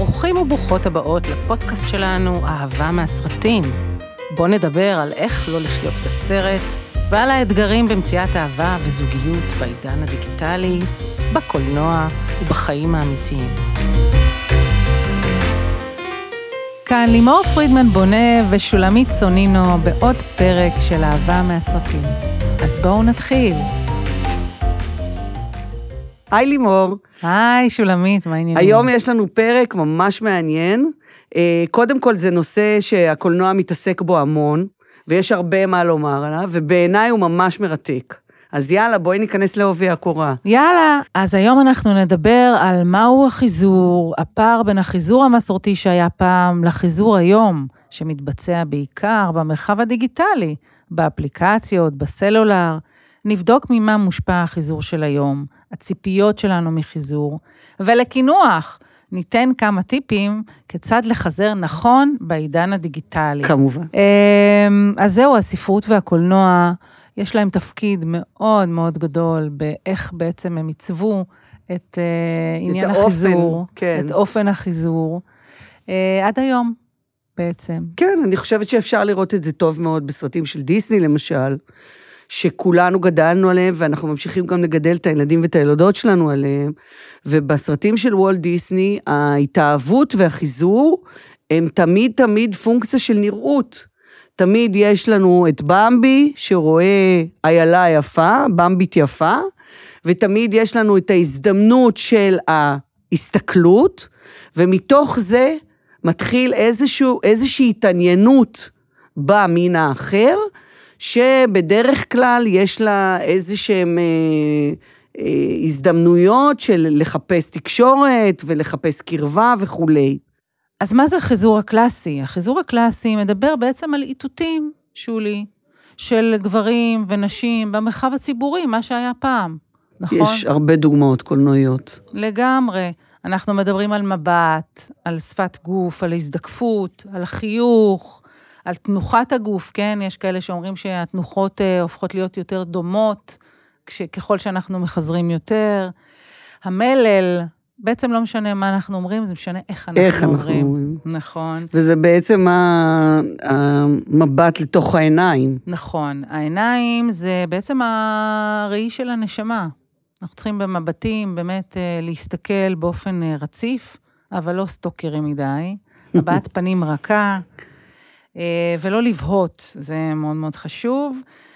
ברוכים וברוכות הבאות לפודקאסט שלנו, אהבה מהסרטים. בואו נדבר על איך לא לחיות בסרט, ועל האתגרים במציאת אהבה וזוגיות בעידן הדיגיטלי, בקולנוע ובחיים האמיתיים. כאן לימור פרידמן בונה ושולמית סונינו בעוד פרק של אהבה מהסרטים. אז בואו נתחיל. היי לימור. היי שולמית, מה העניינים? היום יש לנו פרק ממש מעניין. קודם כל זה נושא שהקולנוע מתעסק בו המון, ויש הרבה מה לומר עליו, ובעיניי הוא ממש מרתק. אז יאללה, בואי ניכנס לעובי הקורה. יאללה, אז היום אנחנו נדבר על מהו החיזור, הפער בין החיזור המסורתי שהיה פעם לחיזור היום, שמתבצע בעיקר במרחב הדיגיטלי, באפליקציות, בסלולר. נבדוק ממה מושפע החיזור של היום, הציפיות שלנו מחיזור, ולקינוח ניתן כמה טיפים כיצד לחזר נכון בעידן הדיגיטלי. כמובן. אז זהו, הספרות והקולנוע, יש להם תפקיד מאוד מאוד גדול באיך בעצם הם עיצבו את עניין החיזור, כן. את אופן החיזור, עד היום בעצם. כן, אני חושבת שאפשר לראות את זה טוב מאוד בסרטים של דיסני למשל, שכולנו גדלנו עליהם, ואנחנו ממשיכים גם לגדל את הילדים ואת הילדות שלנו עליהם, ובסרטים של וולט דיסני, ההתאהבות והחיזור, הם תמיד פונקציה של נראות. תמיד יש לנו את במבי, שרואה איילה יפה, במבית יפה, ותמיד יש לנו את ההזדמנות של ההסתכלות, ומתוך זה מתחיל איזושהי התעניינות במין האחר, שבדרך כלל יש לה איזשהם הזדמנויות של לחפש תקשורת ולחפש קרבה וכו'. אז מה זה החיזור הקלאסי? החיזור הקלאסי מדבר בעצם על איתותים, שולי, של גברים ונשים במרחב הציבורי, מה שהיה פעם, נכון? יש הרבה דוגמאות קולנועיות. לגמרי. אנחנו מדברים על מבט, על שפת גוף, על הזדקפות, על חיוך, על תנוחת הגוף, כן? יש כאלה שאומרים שהתנוחות הופכות להיות יותר דומות, ככל שאנחנו מחזרים יותר. המלל, בעצם לא משנה מה אנחנו אומרים, זה משנה איך אנחנו אומרים. נכון. וזה בעצם המבט לתוך העיניים. נכון. העיניים זה בעצם הראי של הנשמה. אנחנו צריכים במבטים באמת להסתכל באופן רציף, אבל לא סטוקרים מדי. הבעת פנים רכה, ולא לבהות, זה מאוד מאוד חשוב.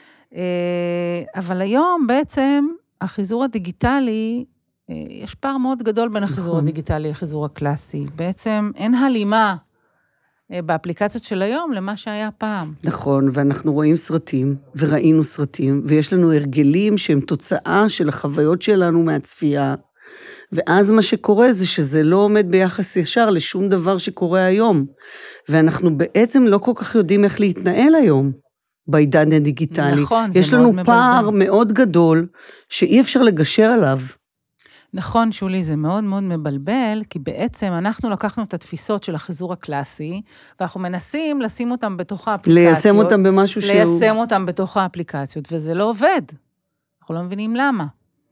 אבל היום בעצם החיזור הדיגיטלי, יש פער מאוד גדול בין החיזור הדיגיטלי לחיזור הקלאסי. בעצם אין הלימה באפליקציות של היום למה שהיה פעם. נכון, ואנחנו רואים סרטים, וראינו סרטים, ויש לנו הרגלים שהם תוצאה של החוויות שלנו מהצפייה, ואז מה שקורה זה שזה לא עומד ביחס ישר לשום דבר שקורה היום, ואנחנו בעצם לא כל כך יודעים איך להתנהל היום בעידן הדיגיטלי. נכון, זה יש מאוד לנו פער מאוד גדול שאי אפשר לגשר עליו. נכון, שולי, זה מאוד מאוד מבלבל, כי בעצם אנחנו לקחנו את התפיסות של החיזור הקלאסי, ואנחנו מנסים לשים אותם בתוך האפליקציות. ליישם אותם במשהו שהוא... ליישם אותם בתוך האפליקציות, וזה לא עובד. אנחנו לא מבינים למה.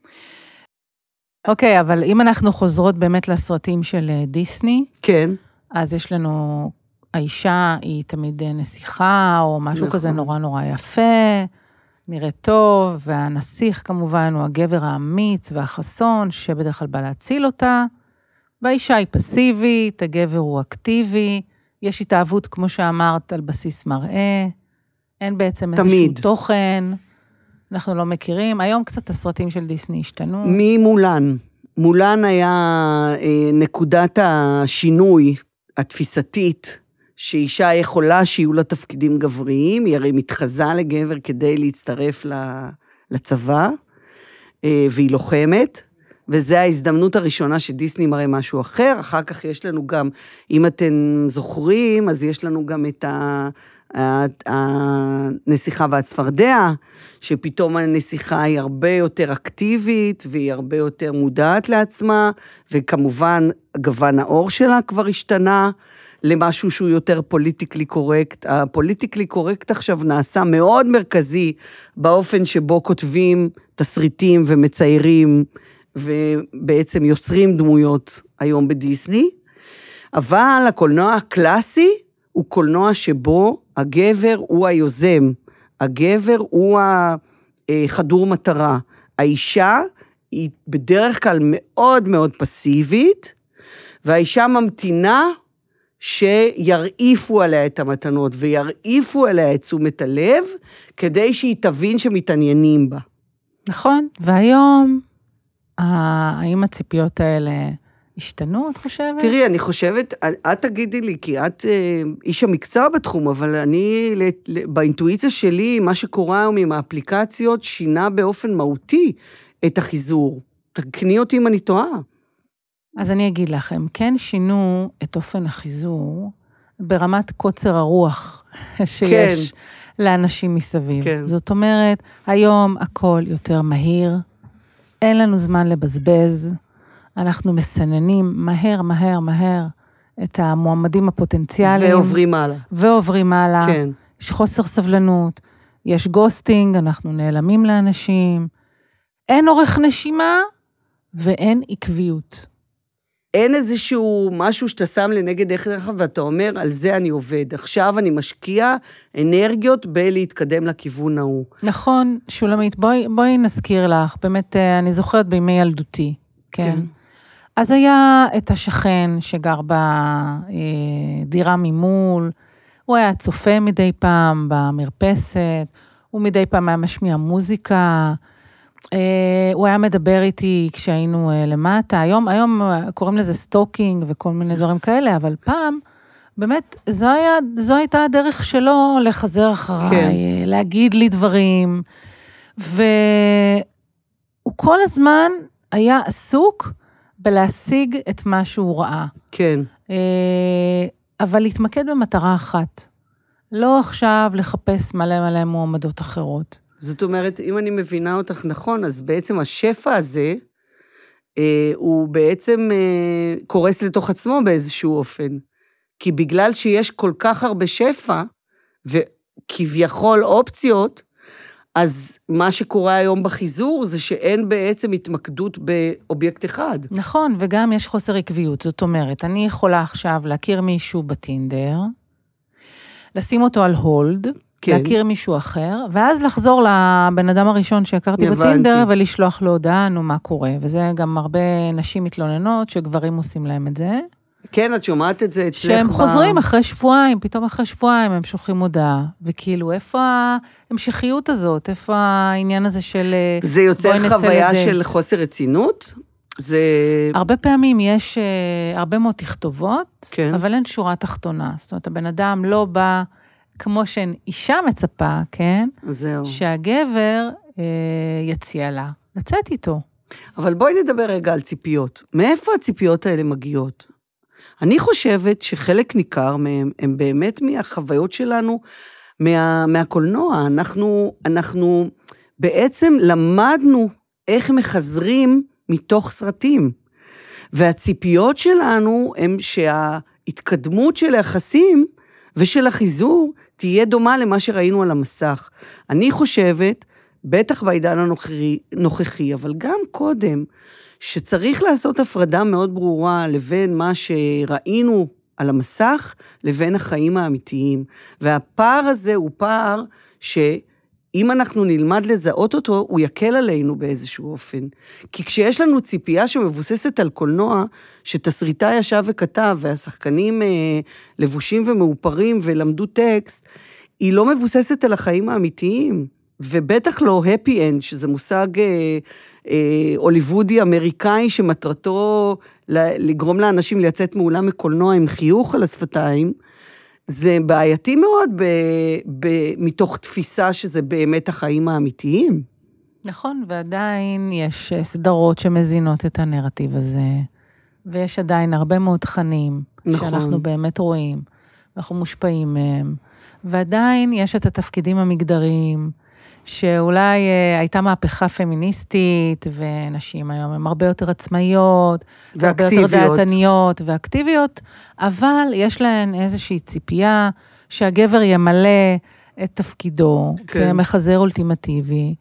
אוקיי, אבל אם אנחנו חוזרות באמת לסרטים של דיסני, כן. אז יש לנו, האישה היא תמיד נסיכה, או משהו נכון. כזה נורא נורא יפה, נראה טוב, והנסיך כמובן הוא הגבר האמיץ והחסון, שבדרך כלל בא להציל אותה, והאישה היא פסיבית, הגבר הוא אקטיבי, יש התאהבות, כמו שאמרת, על בסיס מראה, אין בעצם איזשהו תוכן, אנחנו לא מכירים, היום קצת הסרטים של דיסני השתנו. ממולן. מולן היה נקודת השינוי התפיסתית, שאישה יכולה שיהיו לה תפקידים גבריים, היא הרי מתחזה לגבר כדי להצטרף לצבא, והיא לוחמת, וזו ההזדמנות הראשונה שדיסני מראה משהו אחר, אחר כך יש לנו גם, אם אתם זוכרים, אז יש לנו גם את הנסיכה והצפרדע, שפתאום הנסיכה היא הרבה יותר אקטיבית, והיא הרבה יותר מודעת לעצמה, וכמובן גוון האור שלה כבר השתנה, למשהו שהוא יותר פוליטיקלי קורקט. הפוליטיקלי קורקט עכשיו נעשה מאוד מרכזי, באופן שבו כותבים תסריטים ומציירים, ובעצם יוצרים דמויות היום בדיסני, אבל הקולנוע הקלאסי הוא קולנוע שבו הגבר הוא היוזם, הגבר הוא החדור מטרה, האישה היא בדרך כלל מאוד מאוד פסיבית, והאישה ממתינה שירעיפו עליה את המתנות, וירעיפו עליה את תשומת הלב, כדי שהיא תבין שמתעניינים בה. נכון, והיום, האם הציפיות האלה השתנו, את חושבת? תראי, אני חושבת, את תגידי לי, כי את איש המקצוע בתחום, אבל אני, באינטואיציה שלי, מה שקורה היום עם האפליקציות, שינה באופן מהותי את החיזור. תקני אותי אם אני טועה. אז אני אגיד לכם, כן שינו את אופן החיזור, ברמת קוצר הרוח שיש לאנשים מסביב. כן. זאת אומרת, היום הכל יותר מהיר, אין לנו זמן לבזבז, אנחנו מסננים מהר את המועמדים הפוטנציאליים. ועוברים הלאה. כן. יש חוסר סבלנות, יש גוסטינג, אנחנו נעלמים לאנשים, אין אורך נשימה ואין עקביות. אין איזשהו משהו שאתה שם לנגד איך ואתה אומר, על זה אני עובד. עכשיו אני משקיע אנרגיות בלהתקדם לכיוון ההוא. נכון, שולמית, בואי נזכיר לך, באמת אני זוכרת בימי ילדותי, כן? אז היה את השכן שגר בדירה ממול, הוא היה צופה מדי פעם במרפסת, הוא מדי פעם היה משמיע מוזיקה, הוא היה מדבר איתי כשהיינו למטה, היום קוראים לזה סטוקינג וכל מיני דברים כאלה, אבל פעם, באמת, זו הייתה הדרך שלו לחזר אחריי, להגיד לי דברים, והוא כל הזמן היה עסוק בלהשיג את מה שהוא ראה. כן. אבל להתמקד במטרה אחת, לא עכשיו לחפש מלא מועמדות אחרות. זאת אומרת, אם אני מבינה אותך נכון, אז בעצם השפע הזה, הוא בעצם קורס לתוך עצמו באיזשהו אופן. כי בגלל שיש כל כך הרבה שפע, וכביכול אופציות, אז מה שקורה היום בחיזור, זה שאין בעצם התמקדות באובייקט אחד. נכון, וגם יש חוסר עקביות. זאת אומרת, אני יכולה עכשיו להכיר מישהו בטינדר, לשים אותו על הולד, להכיר מישהו אחר, ואז לחזור לבן אדם הראשון שהכרתי בטינדר, ולשלוח לו הודעה, נו מה קורה. וזה גם הרבה נשים מתלוננות, שגברים עושים להם את זה. כן, את שומעת את זה אצלך. שהם חוזרים אחרי שבועיים, פתאום אחרי שבועיים הם שולחים הודעה, וכאילו, איפה ההמשכיות הזאת? איפה העניין הזה של... זה יוצר חוויה של חוסר רצינות? זה... הרבה פעמים יש הרבה מאוד תכתובות, אבל אין שורה תחתונה. זאת אומרת, הבן אדם לא בא... כמו שאישה מצפה, כן? זהו. שהגבר יציע לה, לצאת איתו. אבל בואי נדבר רגע על ציפיות. מאיפה הציפיות האלה מגיעות? אני חושבת שחלק ניכר מהם, הם באמת מהחוויות שלנו, מהקולנוע. אנחנו בעצם למדנו איך מחזרים מתוך סרטים. והציפיות שלנו הם שההתקדמות של היחסים, ושל החיזור תהיה דומה למה שראינו על המסך. אני חושבת, בטח בעידן הנוכחי, אבל גם קודם, שצריך לעשות הפרדה מאוד ברורה לבין מה שראינו על המסך, לבין החיים האמיתיים. והפער הזה הוא פער שאם אנחנו נלמד לזהות אותו, הוא יקל עלינו באיזשהו אופן. כי כשיש לנו ציפייה שמבוססת על קולנוע, שתסריטה ישב וכתב, והשחקנים לבושים ומאופרים ולמדו טקסט, היא לא מבוססת על החיים האמיתיים, ובטח לא happy end, שזה מושג הוליוודי אמריקאי, שמטרתו לגרום לאנשים לצאת מעולם מקולנוע עם חיוך על השפתיים, זה בעייתי מאוד מתוך תפיסה שזה באמת החיים האמיתיים. נכון, ועדיין יש סדרות שמזינות את הנרטיב הזה, ויש עדיין הרבה מאוד תכנים שאנחנו באמת רואים, ואנחנו מושפעים מהם, ועדיין יש את התפקידים המגדריים, שאולי הייתה מהפכה פמיניסטית, ונשים היום הן הרבה יותר עצמאיות, והרבה יותר דעתניות ואקטיביות, אבל יש להן איזושהי ציפייה שהגבר ימלא את תפקידו, כמחזר אולטימטיבי,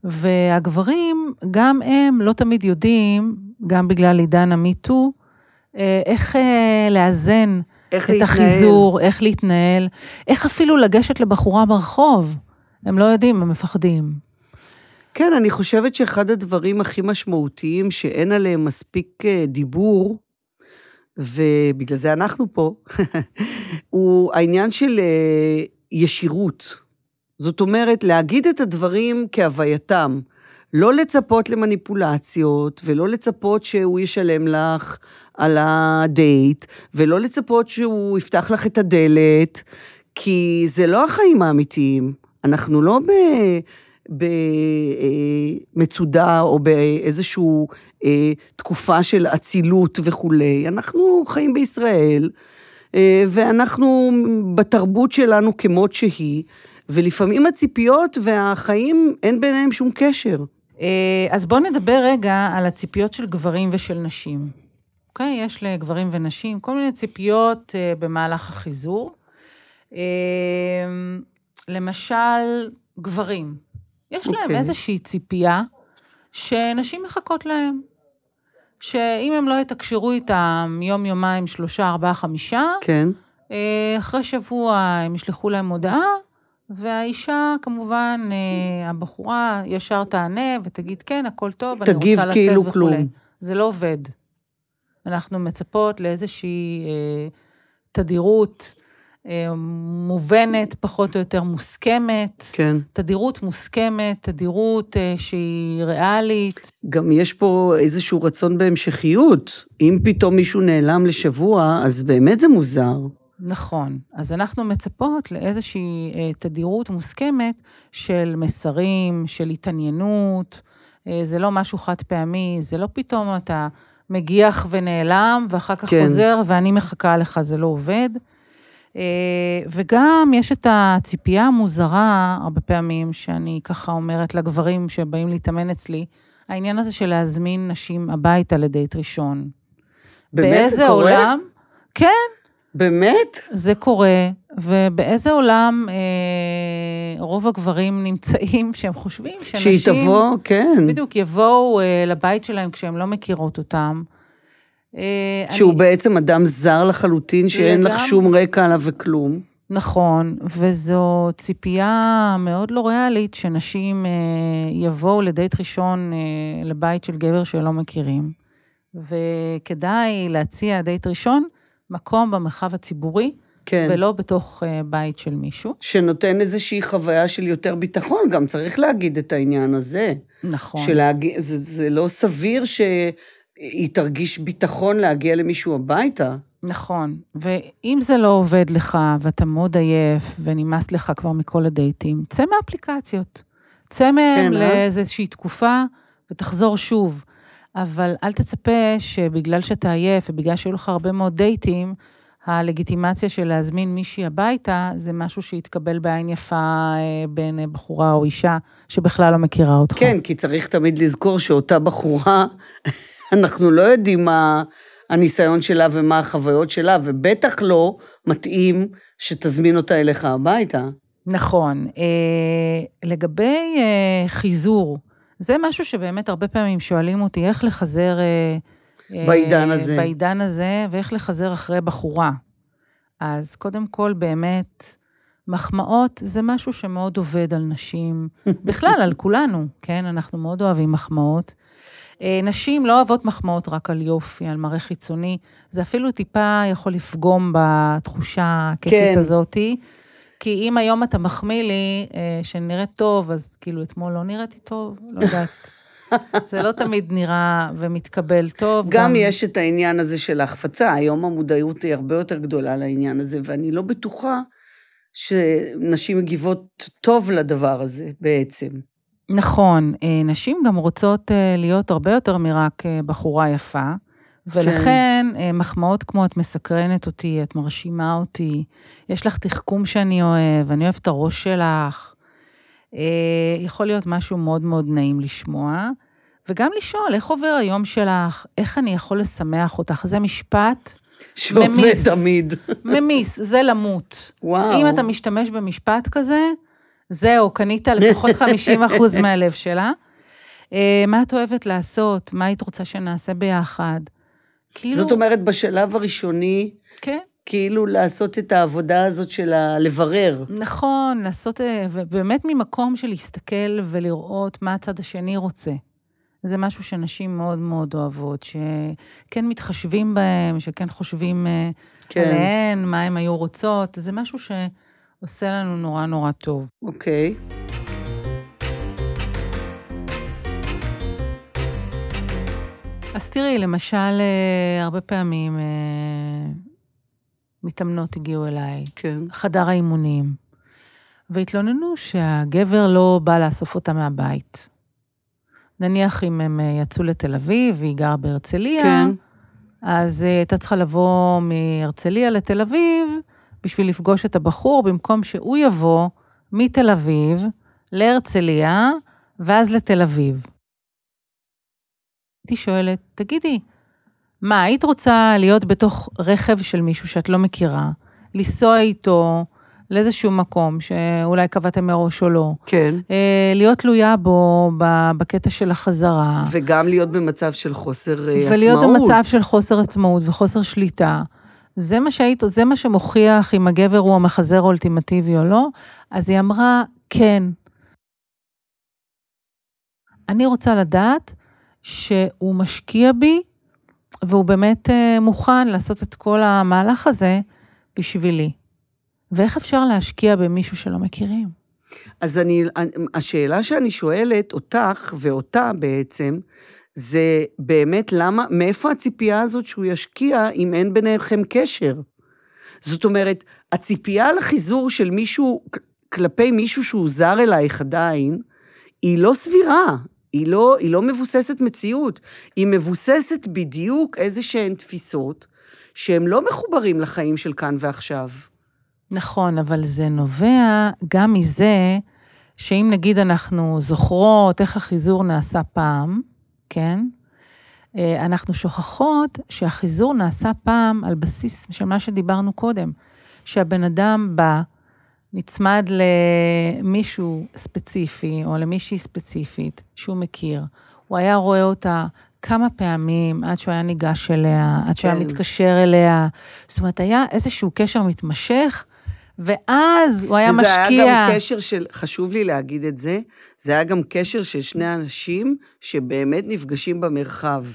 והגברים, גם הם לא תמיד יודעים, גם בגלל עידן המיטו, איך לאזן איך את החיזור, איך להתנהל, איך אפילו לגשת לבחורה ברחוב. הם לא יודעים, הם מפחדים. כן, אני חושבת שאחד הדברים הכי משמעותיים, שאין עליהם מספיק דיבור, ובגלל זה אנחנו פה, הוא העניין של ישירות. זאת אומרת, להגיד את הדברים כהווייתם, לא לצפות למניפולציות, ולא לצפות שהוא ישלם לך על הדייט, ולא לצפות שהוא יפתח לך את הדלת, כי זה לא החיים האמיתיים. אנחנו לא במצודה או באיזשהו תקופה של אצילות וכולי. אנחנו חיים בישראל, ואנחנו בתרבות שלנו כמות שהיא, ולפעמים הציפיות והחיים אין ביניהם שום קשר. אז בואו נדבר רגע על הציפיות של גברים ושל נשים. אוקיי? יש לגברים ונשים כל מיני ציפיות במהלך החיזור. למשל, גברים. יש להם איזושהי ציפייה שנשים מחכות להם. שאם הם לא יתקשרו איתם יום, יומיים, 3, 4, 5, כן. אחרי שבוע הם ישלחו להם הודעה, והאישה, כמובן, הבחורה ישר תענה ותגיד, כן, הכל טוב, אני רוצה לצאת כאילו וכו'. כלום. זה לא עובד. אנחנו מצפות לאיזושהי תדירות מובנת, פחות או יותר מוסכמת. כן. תדירות מוסכמת, תדירות שהיא ריאלית. גם יש פה איזשהו רצון בהמשכיות. אם פתאום מישהו נעלם לשבוע, אז באמת זה מוזר. נכון. אז אנחנו מצפות לאיזושהי תדירות מוסכמת של מסרים, של התעניינות. זה לא משהו חד פעמי, זה לא פתאום אתה מגיח ונעלם, ואחר כך חוזר, ואני מחכה לך, זה לא עובד. וגם יש את הציפייה המוזרה, הרבה פעמים, שאני ככה אומרת לגברים שבאים להתאמן אצלי, העניין הזה של להזמין נשים הביתה לדייט ראשון. באמת זה קורה? עולם? כן. באמת? זה קורה, ובאיזה עולם רוב הגברים נמצאים שהם חושבים שנשים... שהיא תבוא, כן. בדיוק, יבואו לבית שלהם כשהם לא מכירות אותם. שהוא בעצם אדם זר לחלוטין, שאין לך שום רקע עליו וכלום. נכון, וזו ציפייה מאוד לא ריאלית, שנשים יבואו לדייט ראשון לבית של גבר שלא מכירים. וכדאי להציע דייט ראשון, מקום במרחב הציבורי, כן. ולא בתוך בית של מישהו. שנותן איזושהי חוויה של יותר ביטחון, גם צריך להגיד את העניין הזה. נכון. זה לא סביר שהיא תרגיש ביטחון להגיע למישהו הביתה. נכון, ואם זה לא עובד לך, ואתה מאוד עייף, ונמאס לך כבר מכל הדייטים, צא מהאפליקציות. צא מהם לאיזושהי תקופה, ותחזור שוב. אבל אל תצפה שבגלל שאתה עייף, ובגלל שהיו לך הרבה מאוד דייטים, הלגיטימציה של להזמין מישהי הביתה, זה משהו שיתקבל בעין יפה בין בחורה או אישה, שבכלל לא מכירה אותך. כן, כי צריך תמיד לזכור שאותה בחורה, אנחנו לא יודעים מה הניסיון שלה ומה החוויות שלה, ובטח לא מתאים שתזמין אותה אליך הביתה. נכון. לגבי חיזור, זה משהו שבאמת הרבה פעמים שואלים אותי, איך לחזר בעידן הזה, ואיך לחזר אחרי בחורה. אז קודם כל באמת, מחמאות זה משהו שמאוד עובד על נשים, בכלל על כולנו, כן? אנחנו מאוד אוהבים מחמאות. נשים לא אוהבות מחמאות רק על יופי, על מראה חיצוני, זה אפילו טיפה יכול לפגום בתחושה הכיפית הזאת, כי אם היום אתה מחמיא לי שנראית טוב, אז כאילו אתמול לא נראיתי טוב, לא יודעת. זה לא תמיד נראה ומתקבל טוב. גם יש את העניין הזה של ההחפצה, היום המודעות היא הרבה יותר גדולה לעניין הזה, ואני לא בטוחה שנשים מגיבות טוב לדבר הזה בעצם. נכון, נשים גם רוצות להיות הרבה יותר מרק בחורה יפה, ולכן מחמאות כמו את מסקרנת אותי, את מרשימה אותי, יש לך תחכום שאני אוהב, אני אוהב את הראש שלך, יכול להיות משהו מאוד מאוד נעים לשמוע, וגם לשאול, איך עובר היום שלך, איך אני יכול לשמח אותך, זה משפט שעובד תמיד. ממיס, זה למות. וואו. אם אתה משתמש במשפט כזה, זהו, קנית לפחות 50% מהלב שלה. מה את אוהבת לעשות? מה היית רוצה שנעשה ביחד? כאילו... זאת אומרת, בשלב הראשוני, כן. כאילו לעשות את העבודה הזאת של לברר. נכון, לעשות, ובאמת ממקום של להסתכל ולראות מה הצד השני רוצה. זה משהו שנשים מאוד מאוד אוהבות, שכן מתחשבים בהם, שכן חושבים עליהן, מה הן היו רוצות, זה משהו שעושה לנו נורא נורא טוב. אוקיי. אז תראי, למשל, הרבה פעמים מתאמנות הגיעו אליי, כן. חדר האימונים, והתלוננו שהגבר לא בא לאסוף אותה מהבית. נניח אם הם יצאו לתל אביב, והיא גרה בהרצליה, כן. אז הייתה צריכה לבוא מהרצליה לתל אביב, בשביל לפגוש את הבחור, במקום שהוא יבוא מתל אביב להרצליה, ואז לתל אביב. הייתי שואלת, תגידי, מה, היית רוצה להיות בתוך רכב של מישהו שאת לא מכירה, לנסוע איתו לאיזשהו מקום שאולי קבעתם מראש או לא, כן. להיות תלויה בו בקטע של החזרה. וגם להיות במצב של חוסר עצמאות. ולהיות במצב של חוסר עצמאות וחוסר שליטה. זה מה שמוכיח אם הגבר הוא המחזר האולטימטיבי או לא, אז היא אמרה, כן. אני רוצה לדעת שהוא משקיע בי, והוא באמת מוכן לעשות את כל המהלך הזה בשבילי. ואיך אפשר להשקיע במישהו שלא מכירים? אז השאלה שאני שואלת אותך ואותה בעצם, זה באמת למה, מאיפה הציפייה הזאת שהוא ישקיע אם אין ביניכם קשר? זאת אומרת, הציפייה לחיזור של מישהו, כלפי מישהו שהוא זר אלייך עדיין, היא לא סבירה. היא לא מבוססת מציאות, היא מבוססת בדיוק איזה שהן תפיסות, שהם לא מחוברים לחיים של כאן ועכשיו. נכון, אבל זה נובע גם מזה, שאם נגיד אנחנו זוכרות איך החיזור נעשה פעם, כן? אנחנו שוכחות שהחיזור נעשה פעם על בסיס של מה שדיברנו קודם, שהבן אדם בא, נצמד למישהו ספציפי, או למישהי ספציפית, שהוא מכיר. הוא היה רואה אותה כמה פעמים, עד שהוא היה ניגש אליה, עד שהוא היה מתקשר אליה. זאת אומרת, היה איזשהו קשר מתמשך, ואז הוא היה משקיע. וזה היה גם קשר של, חשוב לי להגיד את זה, זה היה גם קשר של שני אנשים, שבאמת נפגשים במרחב.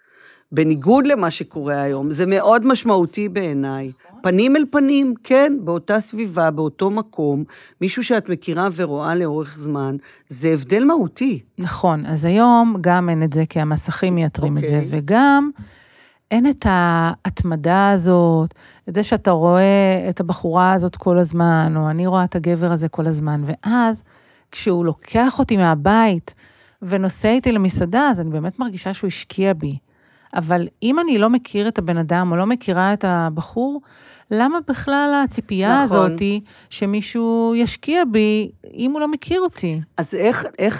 בניגוד למה שקורה היום, זה מאוד משמעותי בעיניי. פנים אל פנים, כן, באותה סביבה, באותו מקום, מישהו שאת מכירה ורואה לאורך זמן, זה הבדל מהותי. נכון, אז היום גם אין את זה, כי המסכים מייתרים את זה, וגם אין את ההתמדה הזאת, את זה שאתה רואה את הבחורה הזאת כל הזמן, או אני רואה את הגבר הזה כל הזמן, ואז כשהוא לוקח אותי מהבית, ונוסע איתי למסעדה, אז אני באמת מרגישה שהוא השקיע בי. אבל אם אני לא מכיר את הבן אדם, או לא מכירה את הבחור, למה בכלל הציפייה הזאת היא שמישהו ישקיע בי, אם הוא לא מכיר אותי? אז איך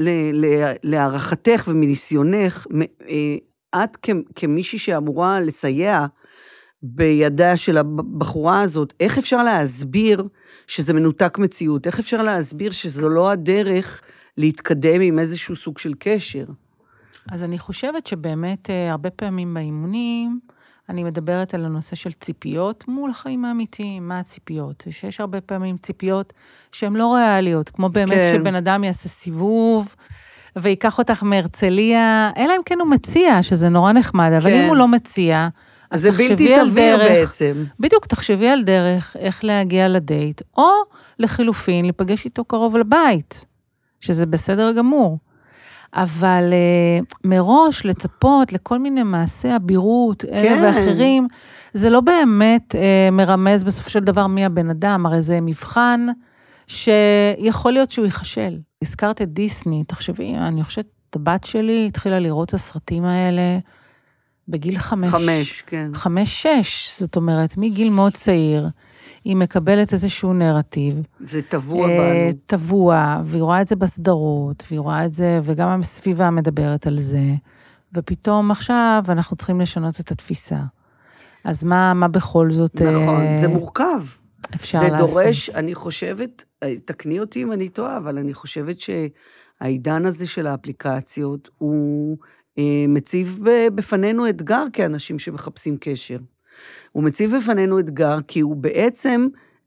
להערכתך ומניסיונך, את כמישהי שאמורה לסייע בידה של הבחורה הזאת, איך אפשר להסביר שזה מנותק מציאות? איך אפשר להסביר שזו לא הדרך להתקדם עם איזשהו סוג של קשר? אז אני חושבת שבאמת הרבה פעמים באימונים, אני מדברת על הנושא של ציפיות מול החיים האמיתיים, מה הציפיות? שיש הרבה פעמים ציפיות שהן לא ריאליות, כמו באמת שבן אדם יעשה סיבוב, ויקח אותך מהרצליה, אלא אם כן הוא מציע, שזה נורא נחמד, אבל אם הוא לא מציע, אז זה בלתי סביר בעצם. בדיוק, תחשבי על דרך, איך להגיע לדייט, או לחילופין, לפגש איתו קרוב לבית, שזה בסדר גמור. אבל מראש לצפות לכל מיני מעשי אבירות, אלה ואחרים, זה לא באמת מרמז בסוף של דבר מי הבן אדם, הרי זה מבחן שיכול להיות שהוא ייחשל. הזכרת את דיסני, תחשבי, אני חושבת, הבת שלי התחילה לראות את הסרטים האלה בגיל 5. כן. 5-6, זאת אומרת, מגיל מאוד צעיר, היא מקבלת איזשהו נרטיב. זה טבוע בנו. טבוע, והיא רואה את זה בסדרות, והיא רואה את זה, וגם הסביבה מדברת על זה, ופתאום עכשיו אנחנו צריכים לשנות את התפיסה. אז מה בכל זאת... נכון, זה מורכב. אפשר זה לעשות. דורש, אני חושבת, תקני אותי אם אני טועה, אבל אני חושבת שהעידן הזה של האפליקציות, הוא מציב בפנינו אתגר כאנשים שמחפשים קשר. הוא מציב בפנינו אתגר כי הוא בעצם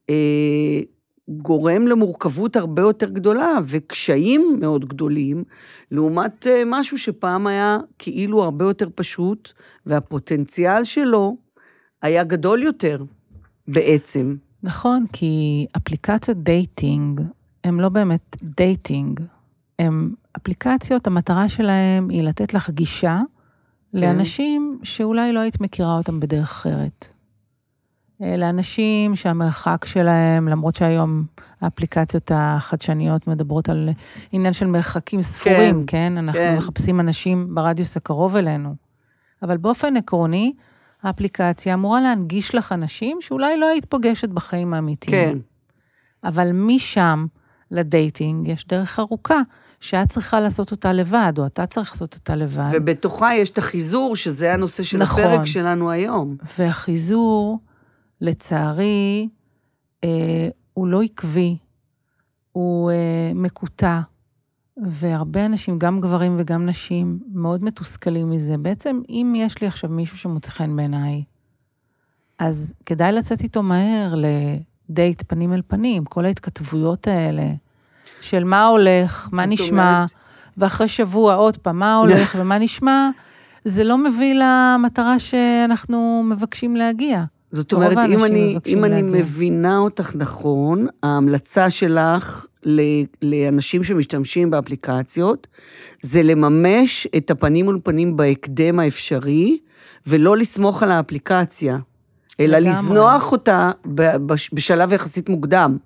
גורם למורכבות הרבה יותר גדולה, וקשיים מאוד גדולים, לעומת משהו שפעם היה כאילו הרבה יותר פשוט, והפוטנציאל שלו היה גדול יותר בעצם. נכון, כי אפליקציות דייטינג, הם לא באמת דייטינג, הם אפליקציות, המטרה שלהם היא לתת לך גישה לאנשים שאולי לא היית מכירה אותם בדרך אחרת. לאנשים שהמרחק שלהם, למרות שהיום האפליקציות החדשניות מדברות על עניין של מרחקים ספורים, כן? אנחנו מחפשים אנשים ברדיוס הקרוב אלינו. אבל באופן עקרוני, האפליקציה אמורה להנגיש לך אנשים שאולי לא היית פוגשת בחיים האמיתיים. כן. אבל משם לדייטינג יש דרך ארוכה, שאת צריכה לעשות אותה לבד, או אתה צריך לעשות אותה לבד. ובתוכה יש את החיזור, שזה הנושא של הפרק שלנו היום. והחיזור, לצערי, הוא לא עקבי, הוא מקוטע, והרבה אנשים, גם גברים וגם נשים, מאוד מתוסכלים מזה. בעצם, אם יש לי עכשיו מישהו שמוצא חן בעיניי, אז כדאי לצאת איתו מהר לדייט פנים אל פנים, כל ההתכתבויות האלה, של מה הולך, מה נשמע, ואחרי שבוע עוד פעם, מה הולך ומה נשמע, זה לא מביא למטרה שאנחנו מבקשים להגיע. זאת אומרת, אם אני מבינה אותך נכון, ההמלצה שלך לאנשים שמשתמשים באפליקציות, זה לממש את הפנים מול פנים בהקדם האפשרי, ולא לסמוך על האפליקציה, אלא לזנוח אותה בשלב יחסית מוקדם.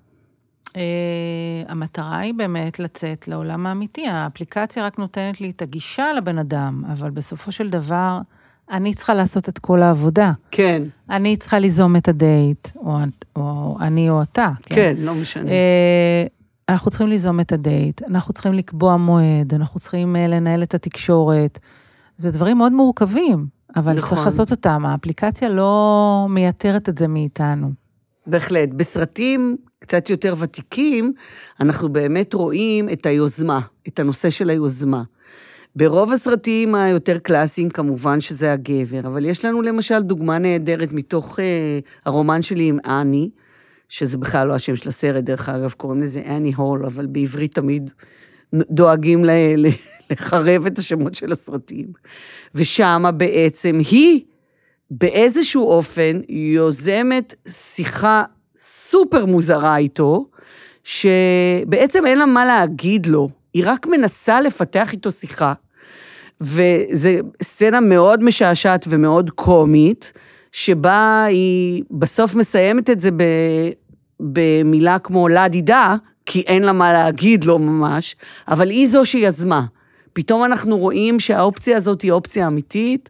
המטרה היא באמת לצאת לעולם האמיתי, האפליקציה רק נותנת לי את הגישה לבן אדם, אבל בסופו של דבר, אני צריכה לעשות את כל העבודה. כן. אני צריכה ליזום את הדייט, או אני או אתה. כן, לא משנה. אנחנו צריכים ליזום את הדייט, אנחנו צריכים לקבוע מועד, אנחנו צריכים לנהל את התקשורת. זה דברים מאוד מורכבים, אבל נכון. צריך לעשות אותם. האפליקציה לא מייתרת את זה מאיתנו. בהחלט. בסרטים קצת יותר ותיקים, אנחנו באמת רואים את היוזמה, את הנושא של היוזמה. ברוב הסרטים היותר קלאסיים, כמובן שזה הגבר, אבל יש לנו למשל דוגמה נהדרת מתוך הרומן שלי עם אני, שזה בכלל לא השם של הסרט, דרך אגב, קוראים לזה אני הול, אבל בעברית תמיד דואגים לחרב את השמות של הסרטים. ושם בעצם היא, באיזשהו אופן, יוזמת שיחה סופר מוזרה איתו, שבעצם אין לה מה להגיד לו, היא רק מנסה לפתח איתו שיחה, וזו סצנה מאוד משעשעת ומאוד קומית, שבה היא בסוף מסיימת את זה במילה כמו לה דידה, כי אין לה מה להגיד לו ממש, אבל היא זו שיזמה. פתאום אנחנו רואים שהאופציה הזאת היא אופציה אמיתית,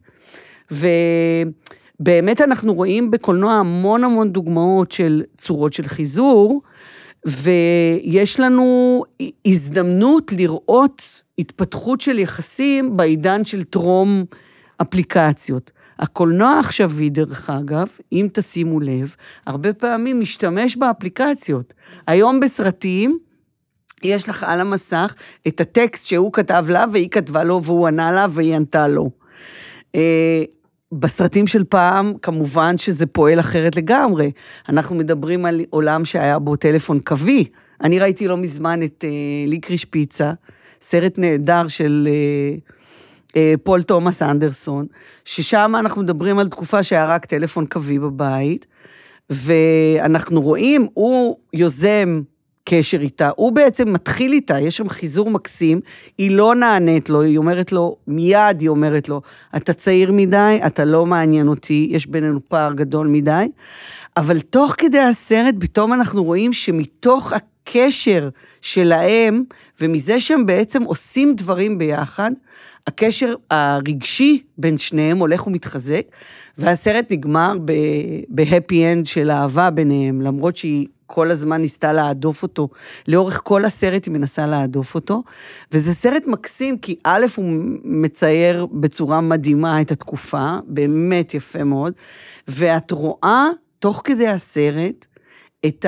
ובאמת אנחנו רואים בקולנוע המון המון דוגמאות של צורות של חיזור, ויש לנו הזדמנות לראות התפתחות של יחסים בעידן של טרום אפליקציות. הקולנוע עכשווי, דרך אגב, אם תשימו לב, הרבה פעמים משתמש באפליקציות. היום בסרטים, יש לך על המסך את הטקסט שהוא כתב לה, והיא כתבה לו, והוא ענה לה, והיא ענתה לו. בסרטים של פעם, כמובן שזה פועל אחרת לגמרי. אנחנו מדברים על עולם שהיה בו טלפון קווי. אני ראיתי לא מזמן את ליקריש פיצה, סרט נהדר של פול תומאס אנדרסון, ששם אנחנו מדברים על תקופה שהיה רק טלפון קווי בבית, ואנחנו רואים, הוא יוזם קשר איתה, הוא בעצם מתחיל איתה, יש שם חיזור מקסים, היא לא נענית לו, היא אומרת לו, מיד היא אומרת לו, אתה צעיר מדי, אתה לא מעניין אותי, יש בינינו פער גדול מדי, אבל תוך כדי הסרט, פתאום אנחנו רואים שמתוך הקשר שלהם, ומזה שהם בעצם עושים דברים ביחד, הקשר הרגשי בין שניהם הולך ומתחזק, והסרט נגמר בהפי אנד של אהבה ביניהם, למרות שהיא כל הזמן ניסתה להעדוף אותו, לאורך כל הסרט היא מנסה להעדוף אותו, וזה סרט מקסים, כי א' הוא מצייר בצורה מדהימה את התקופה, באמת יפה מאוד, ואת רואה תוך כדי הסרט את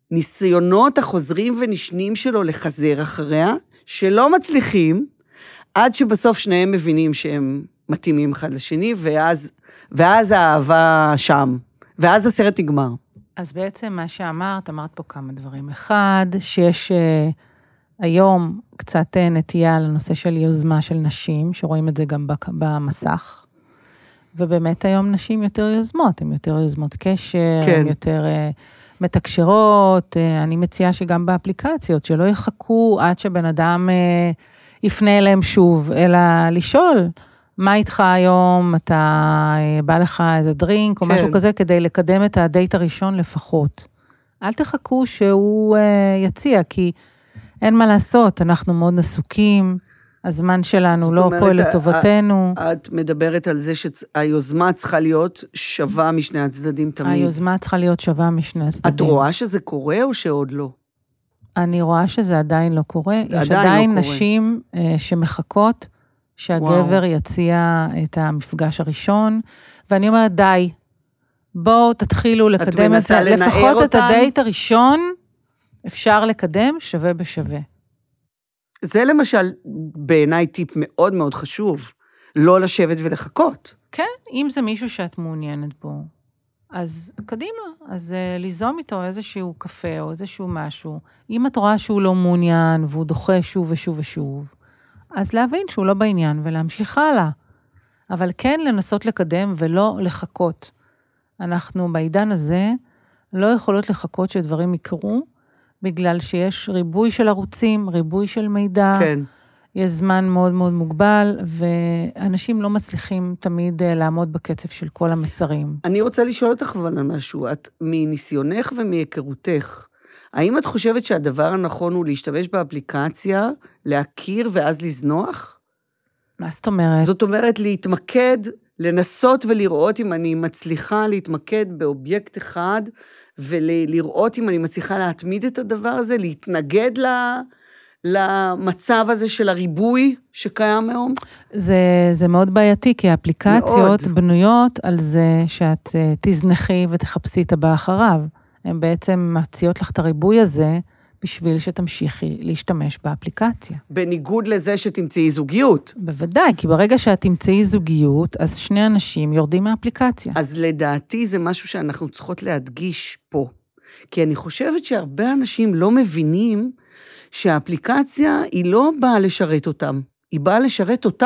הניסיונות החוזרים ונשנים שלו לחזר אחריה, שלא מצליחים, עד שבסוף שניהם מבינים שהם מתאימים אחד לשני, ואז האהבה שם, ואז הסרט נגמר. אז בעצם מה שאמרת, אמרת פה כמה דברים. אחד, שיש היום קצת נטייה לנושא של יוזמה של נשים, שרואים את זה גם במסך, ובאמת היום נשים יותר יוזמות, הן יותר יוזמות קשר, כן. הן יותר מתקשרות, אני מציעה שגם באפליקציות, שלא יחכו עד שבן אדם יפנה אליהם שוב, אלא לשאול, מה איתך היום, אתה בא לך איזה דרינק או משהו כזה, כדי לקדם את הדייט הראשון לפחות. אל תחכו שהוא יציע, כי אין מה לעשות, אנחנו מאוד עסוקים, הזמן שלנו לא פועל לטובתנו. את מדברת על זה שהיוזמה צריכה להיות שווה משני הצדדים תמיד. היוזמה צריכה להיות שווה משני הצדדים. את רואה שזה קורה או שעוד לא? אני רואה שזה עדיין לא קורה. יש עדיין נשים שמחכות שהגבר יציע את המפגש הראשון, ואני אומרת, די, בואו תתחילו לקדם את זה, לפחות את הדייט הראשון, אפשר לקדם שווה בשווה. זה למשל בעיניי טיפ מאוד מאוד חשוב, לא לשבת ולחכות. כן, אם זה מישהו שאת מעוניינת בו, אז קדימה, אז ליזום איתו איזשהו קפה או איזשהו משהו. אם את רואה שהוא לא מעוניין והוא דוחה שוב ושוב ושוב, אז להבין שהוא לא בעניין ולהמשיך הלאה. אבל כן לנסות לקדם ולא לחכות. אנחנו בעידן הזה לא יכולות לחכות שדברים יקרו, בגלל שיש ריבוי של ערוצים, ריבוי של מידע, כן. יש זמן מאוד מאוד מוגבל, ואנשים לא מצליחים תמיד לעמוד בקצב של כל המסרים. אני רוצה לשאול אותך אבל על משהו, את מניסיונך ומהיכרותך, האם את חושבת שהדבר הנכון הוא להשתמש באפליקציה, להכיר ואז לזנוח? מה זאת אומרת? זאת אומרת להתמקד, לנסות ולראות אם אני מצליחה להתמקד באובייקט אחד, ולראות אם אני מצליחה להתמיד את הדבר הזה, להתנגד למצב הזה של הריבוי שקיים היום? זה מאוד בעייתי, כי האפליקציות מאוד. בנויות על זה שאת תזנחי ותחפשי את הבא אחריו. הן בעצם מציעות לך את הריבוי הזה, בשביל שתמשיכי להשתמש באפליקציה. בניגוד לזה שתמצאי זוגיות. בוודאי, כי ברגע שאת תמצאי זוגיות, אז שני אנשים יורדים מהאפליקציה. אז לדעתי זה משהו שאנחנו צריכות להדגיש פה. כי אני חושבת שהרבה אנשים לא מבינים שהאפליקציה היא לא באה לשרת אותם, היא באה לשרת אותה.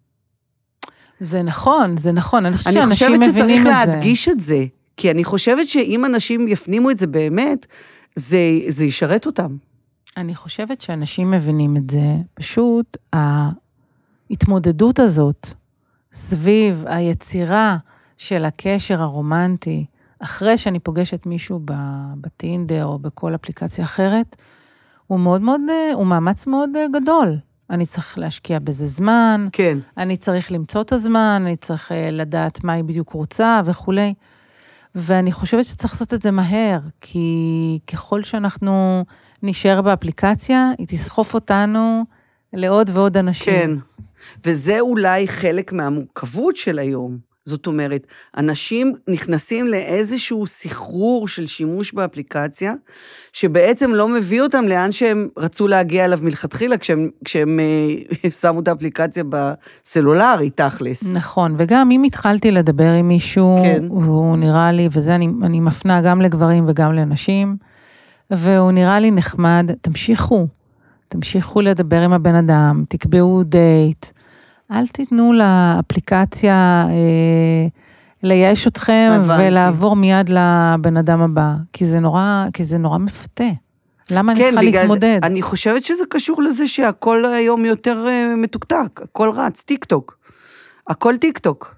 זה נכון, זה נכון. אני חושבת אני שאנשים חושבת מבינים שצריך את זה. להדגיש את זה, כי אני חושבת שאם אנשים יפנימו את זה באמת, זה ישרת אותם. אני חושבת שאנשים מבינים את זה, פשוט ההתמודדות הזאת, סביב היצירה של הקשר הרומנטי, אחרי שאני פוגשת מישהו בטינדר או בכל אפליקציה אחרת, הוא מאמץ מאוד גדול. אני צריך להשקיע בזה זמן, כן. אני צריך למצוא את הזמן, אני צריך לדעת מה היא בדיוק רוצה וכו'. ואני חושבת שצריך לעשות את זה מהר, כי ככל שאנחנו נשאר באפליקציה, היא תסחוף אותנו לעוד ועוד אנשים. כן, וזה אולי חלק מהמורכבות של היום. זאת אומרת, אנשים נכנסים לאיזשהו סחרור של שימוש באפליקציה, שבעצם לא מביא אותם לאן שהם רצו להגיע אליו מלכתחילה, כשהם שמו את האפליקציה בסלולרי, תכלס. נכון, וגם אם התחלתי לדבר עם מישהו, כן. הוא נראה לי, וזה אני מפנה גם לגברים וגם לנשים, והוא נראה לי נחמד, תמשיכו לדבר עם הבן אדם, תקבעו דייט, אל תיתנו לאפליקציה לייאש אתכם, הבנתי. ולעבור מיד לבן אדם הבא, כי זה נורא מפתה. למה אני צריכה להתמודד? אני חושבת שזה קשור לזה שהכל היום יותר מתוקתק, הכל רץ, טיק-טוק. הכל טיק-טוק.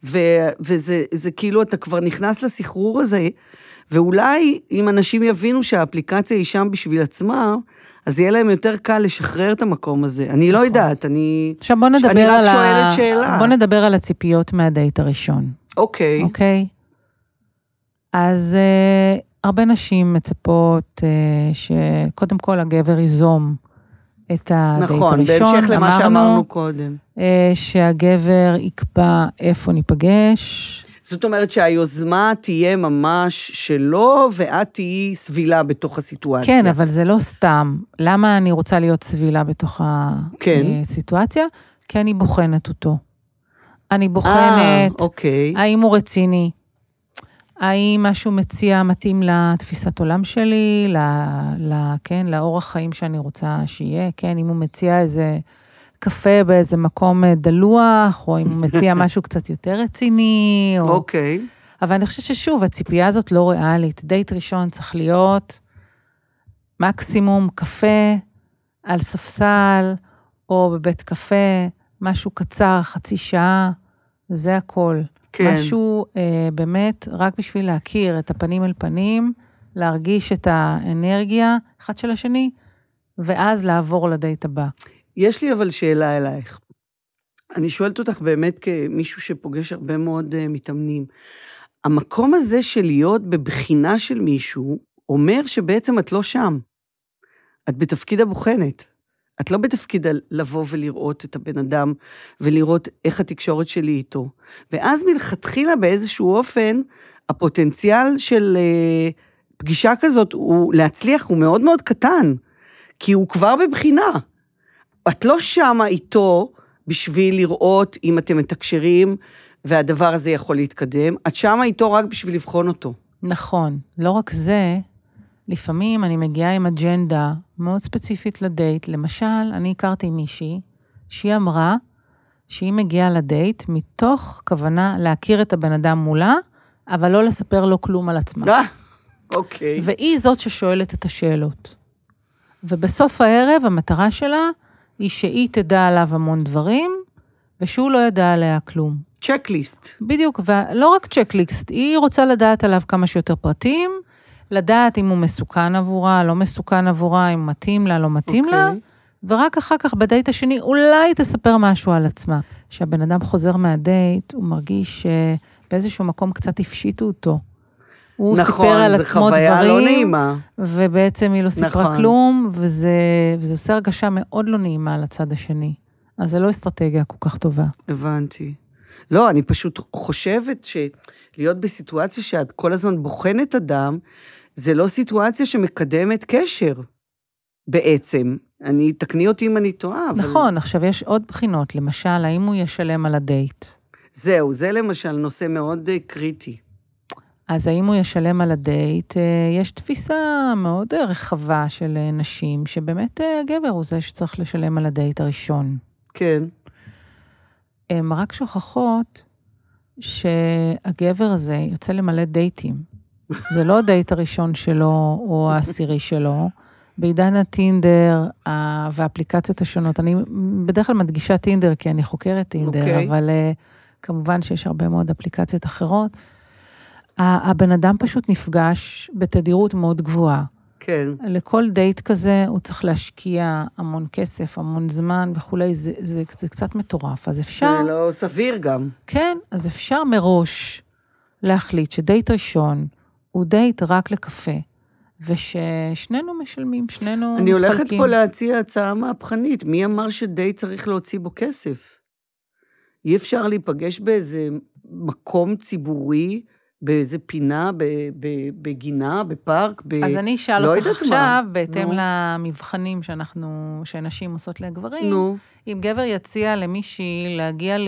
וזה כאילו אתה כבר נכנס לסחרור הזה, ואולי אם אנשים יבינו שהאפליקציה היא שם בשביל עצמה, אז יהיה להם יותר קל לשחרר את המקום הזה. אני לא יודעת, אני רק שואלת שאלה. בוא נדבר על הציפיות מהדייט הראשון. אוקיי. אוקיי? אז הרבה נשים מצפות שקודם כל הגבר ייזום את הדייט הראשון. נכון, בהמשך למה שאמרנו קודם. שהגבר יקבע איפה ניפגש. זאת אומרת שהיוזמה תהיה ממש שלו, ואת תהיי סבילה בתוך הסיטואציה. כן, אבל זה לא סתם. למה אני רוצה להיות סבילה בתוך הסיטואציה? כי אני בוחנת אותו. אני בוחנת, אוקיי. האם הוא רציני, האם משהו מציע מתאים לתפיסת עולם שלי, כן, לאורח חיים שאני רוצה שיהיה, כן, אם הוא מציע איזה קפה באיזה מקום דלוח, או אם הוא מציע משהו קצת יותר רציני, או... אוקיי. אבל אני חושבת ששוב, הציפייה הזאת לא ריאלית. דייט ראשון צריך להיות מקסימום קפה על ספסל, או בבית קפה, משהו קצר, חצי שעה, זה הכל. כן. משהו באמת רק בשביל להכיר את הפנים אל פנים, להרגיש את האנרגיה אחד של השני, ואז לעבור לדייט הבא. יש לי אבל שאלה אלייך. אני שואלת אותך באמת כמישהו שפוגש הרבה מאוד מתאמנים. המקום הזה של להיות בבחינה של מישהו, אומר שבעצם את לא שם. את בתפקיד הבוחנת. את לא בתפקיד לבוא ולראות את הבן אדם, ולראות איך התקשורת שלי איתו. ואז מלכתחילה באיזשהו אופן, הפוטנציאל של פגישה כזאת, להצליח הוא מאוד מאוד קטן, כי הוא כבר בבחינה. את לא שמה איתו בשביל לראות אם אתם מתקשרים, והדבר הזה יכול להתקדם, את שמה איתו רק בשביל לבחון אותו. נכון, לא רק זה, לפעמים אני מגיעה עם אג'נדה מאוד ספציפית לדייט. למשל, אני הכרתי מישהי שהיא אמרה שהיא מגיעה לדייט מתוך כוונה להכיר את הבן אדם מולה, אבל לא לספר לו כלום על עצמה. אוקיי. והיא זאת ששואלת את השאלות. ובסוף הערב המטרה שלה היא שהיא תדע עליו המון דברים, ושהוא לא ידע עליה כלום. צ'קליסט. בדיוק, ולא רק צ'קליסט, היא רוצה לדעת עליו כמה שיותר פרטים, לדעת אם הוא מסוכן עבורה, לא מסוכן עבורה, אם מתאים לה, לא מתאים לה, ורק אחר כך בדייט השני אולי תספר משהו על עצמה. כשהבן אדם חוזר מהדייט, הוא מרגיש שבאיזשהו מקום קצת הפשיטו אותו. הוא נכון, סיפר על עצמו דברים, לא נעימה. ובעצם היא לא סיפרה נכון. כלום, וזה עושה הרגשה מאוד לא נעימה לצד השני. אז זה לא אסטרטגיה כל כך טובה. הבנתי. לא, אני פשוט חושבת שלהיות בסיטואציה שאת כל הזמן בוחנת אדם, זה לא סיטואציה שמקדמת קשר, בעצם. תקני אותי אם אני טועה. אבל... נכון, עכשיו יש עוד בחינות, למשל, האם הוא ישלם על הדייט? זהו, זה למשל נושא מאוד קריטי. אז האם הוא ישלם על הדייט? יש תפיסה מאוד רחבה של נשים, שבאמת הגבר הוא זה שצריך לשלם על הדייט הראשון. כן. הן רק שוכחות שהגבר הזה יוצא למלא דייטים. זה לא הדייט הראשון שלו או העשירי שלו. בעידן הטינדר והאפליקציות השונות, אני בדרך כלל מדגישה טינדר כי אני חוקרת טינדר, אבל כמובן שיש הרבה מאוד אפליקציות אחרות. הבן אדם פשוט נפגש בתדירות מאוד גבוהה. כן. לכל דייט כזה הוא צריך להשקיע המון כסף, המון זמן וכולי, זה קצת מטורף, אז אפשר... זה לא סביר גם. כן, אז אפשר מראש להחליט שדייט ראשון הוא דייט רק לקפה, וששנינו משלמים, שנינו מתחלקים. אני הולכת פה להציע הצעה מהפכנית, מי אמר שדייט צריך להוציא בו כסף? אי אפשר להיפגש באיזה מקום ציבורי, באיזה פינה, בגינה, בפארק, אז אני אשאל אותך עכשיו, בהתאם למבחנים שנשים עושות לגברים, אם גבר יציע למישהי להגיע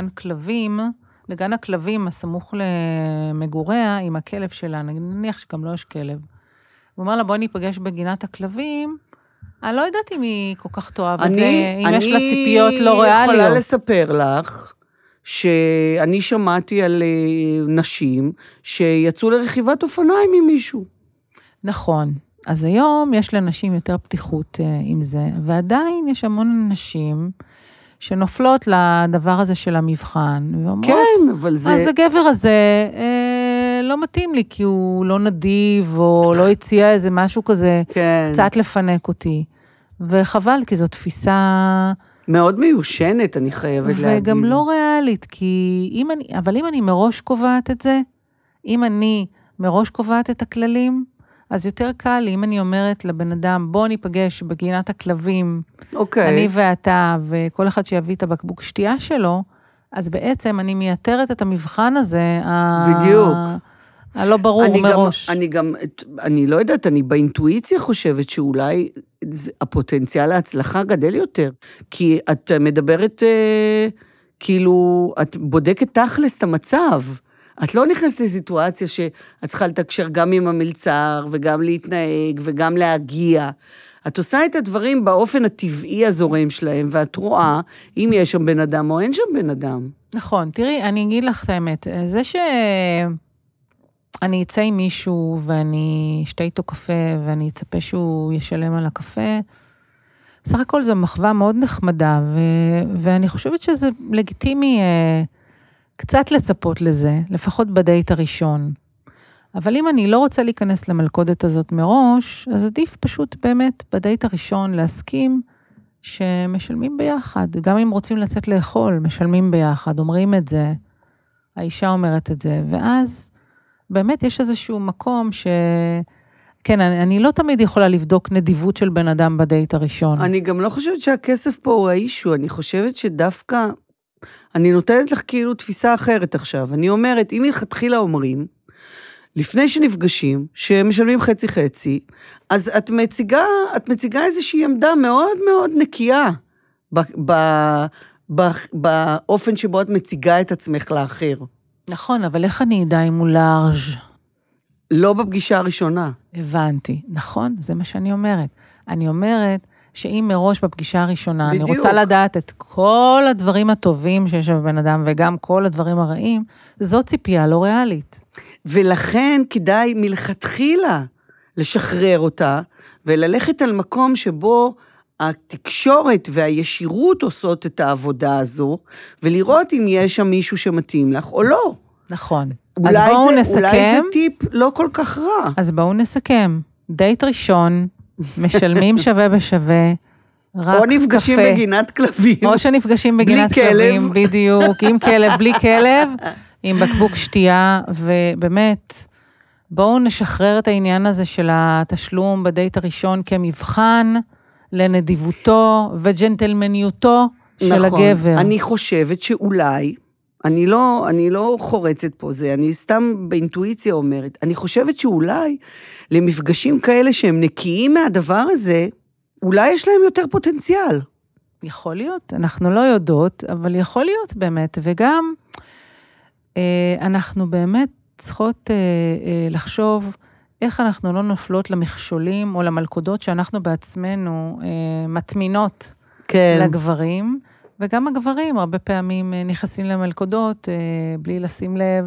לגן הכלבים הסמוך למגוריה, עם הכלב שלה, נניח שגם לא יש כלב. הוא אומר לה, בואי ניפגש בגינת הכלבים, אני לא יודעת אם היא כל כך תאהב את זה, אם יש לה ציפיות לא ריאליות. אני יכולה לספר לך, שאני שמעתי על נשים שיצאו לרכיבת אופניים עם מישהו. נכון. אז היום יש לנשים יותר פתיחות עם זה, ועדיין יש המון נשים שנופלות לדבר הזה של המבחן, ואומרות, כן, אבל זה... אז הגבר הזה לא מתאים לי, כי הוא לא נדיב, או לא הציע איזה משהו כזה, כן. קצת לפנק אותי. וחבל, כי זו תפיסה... מאוד מיושנת, אני חייבת להגיד. וגם לא ריאלית, אבל אם אני מראש קובעת את זה, אם אני מראש קובעת את הכללים, אז יותר קל לי, אם אני אומרת לבן אדם, בוא ניפגש בגינת הכלבים, אני ואתה, וכל אחד שיביא את הבקבוק שתייה שלו, אז בעצם אני מייתרת את המבחן הזה, בדיוק. הלא ברור מראש. אני לא יודעת, אני באינטואיציה חושבת שאולי הפוטנציאל להצלחה גדל יותר, כי את מדברת, כאילו, את בודקת תכלס את המצב, את לא נכנסת לסיטואציה שאת צריכה לתקשר גם עם המלצר, וגם להתנהג, וגם להגיע. את עושה את הדברים באופן הטבעי הזורם שלהם, ואת רואה אם יש שם בן אדם או אין שם בן אדם. נכון, תראי, אני אגיד לך את האמת, זה שאני אצא עם מישהו, ואני אשתה איתו קפה, ואני אצפה שהוא ישלם על הקפה, בסך הכל זו מחווה מאוד נחמדה, ואני חושבת שזה לגיטימי קצת לצפות לזה, לפחות בדייט הראשון. אבל אם אני לא רוצה להיכנס למלכודת הזאת מראש, אז עדיף פשוט באמת בדייט הראשון להסכים שמשלמים ביחד. גם אם רוצים לצאת לאכול, משלמים ביחד, אומרים את זה, האישה אומרת את זה, ואז באמת יש איזשהו מקום כן, אני לא תמיד יכולה לבדוק נדיבות של בן אדם בדייט הראשון. אני גם לא חושבת שהכסף פה הוא האישו, אני חושבת שדווקא, אני נותנת לך כאילו תפיסה אחרת עכשיו, אני אומרת, אם מלכתחילה אומרים, לפני שנפגשים, שמשלמים חצי-חצי, אז את מציגה איזושהי עמדה מאוד מאוד נקייה, באופן שבו את מציגה את עצמך לאחר. נכון, אבל איך אני אדע אם הוא לארג'? לא בפגישה הראשונה. הבנתי, נכון, זה מה שאני אומרת. אני אומרת שאם מראש בפגישה הראשונה, בדיוק. אני רוצה לדעת את כל הדברים הטובים שיש בבן אדם, וגם כל הדברים הרעים, זו ציפייה לא ריאלית. ולכן כדאי מלכתחילה לשחרר אותה, וללכת על מקום שבו התקשורת והישירות עושות את העבודה הזו, ולראות אם יש שם מישהו שמתאים לך או לא. נכון. אז בואו נסכם. אולי זה טיפ לא כל כך רע. אז בואו נסכם. דייט ראשון, משלמים שווה בשווה, רק או נפגשים קפה. בגינת כלבים. או שנפגשים בגינת כלבים, בדיוק, עם כלב, בלי כלב, עם בקבוק שתייה, ובאמת, בואו נשחרר את העניין הזה של התשלום בדייט הראשון כמבחן לנדיבותו וג'נטלמניותו של הגבר. נכון, אני חושבת שאולי, אני לא חורצת פה זה, אני סתם באינטואיציה אומרת, אני חושבת שאולי למפגשים כאלה שהם נקיים מהדבר הזה, אולי יש להם יותר פוטנציאל. יכול להיות, אנחנו לא יודעות, אבל יכול להיות באמת, וגם אנחנו באמת צריכות לחשוב איך אנחנו לא נופלות למכשולים או למלכודות שאנחנו בעצמנו מטמינות לגברים, וגם הגברים הרבה פעמים נכנסים למלכודות בלי לשים לב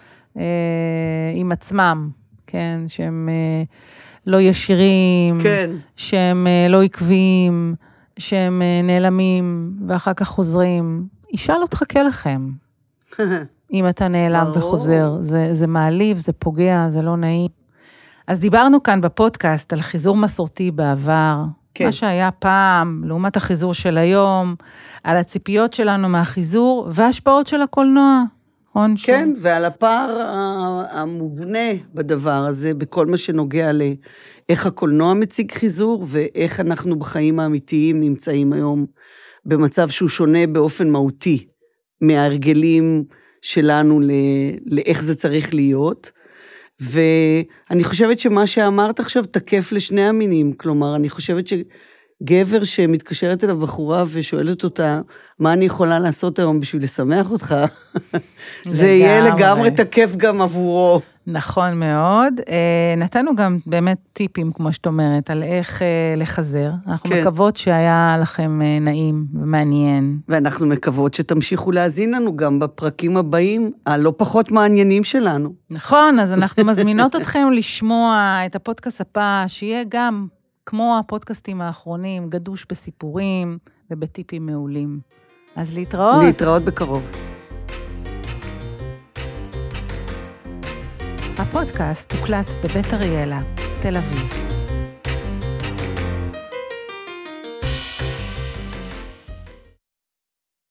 עם עצמם, כן, שהם לא ישירים, כן. שהם לא עקביים, שהם נעלמים ואחר כך חוזרים. אישה לא תחכה לכם. אם אתה נעלם וחוזר, זה מעליב, זה פוגע, זה לא נעים. אז דיברנו כאן בפודקאסט על חיזור מסורתי בעבר, כן. מה שהיה פעם, לעומת החיזור של היום, על הציפיות שלנו מהחיזור, וההשפעות של הקולנוע. נכון? כן, ועל הפער המובנה בדבר הזה, בכל מה שנוגע לאיך הקולנוע מציג חיזור, ואיך אנחנו בחיים האמיתיים נמצאים היום במצב שהוא שונה באופן מהותי, מההרגלים שלנו לאיך זה צריך להיות, ואני חושבת שמה שאמרת עכשיו תקף לשני המינים, כלומר, אני חושבת שגבר שמתקשרת אליו בחורה ושואלת אותה, מה אני יכולה לעשות היום בשביל לשמח אותך, זה יהיה לגמרי תקף גם עבורו. נכון מאוד. נתנו גם באמת טיפים, כמו שאת אומרת, על איך לחזר. אנחנו מקוות שהיה לכם נעים ומעניין. ואנחנו מקוות שתמשיכו להזין לנו גם בפרקים הבאים, הלא פחות מעניינים שלנו. נכון, אז אנחנו מזמינות אתכם לשמוע את הפודקאסט הבא, שיהיה גם, כמו הפודקאסטים האחרונים, גדוש בסיפורים ובטיפים מעולים. אז להתראות. להתראות בקרוב. הפודקאסט הוקלט בבית אריאלה, תל אביב.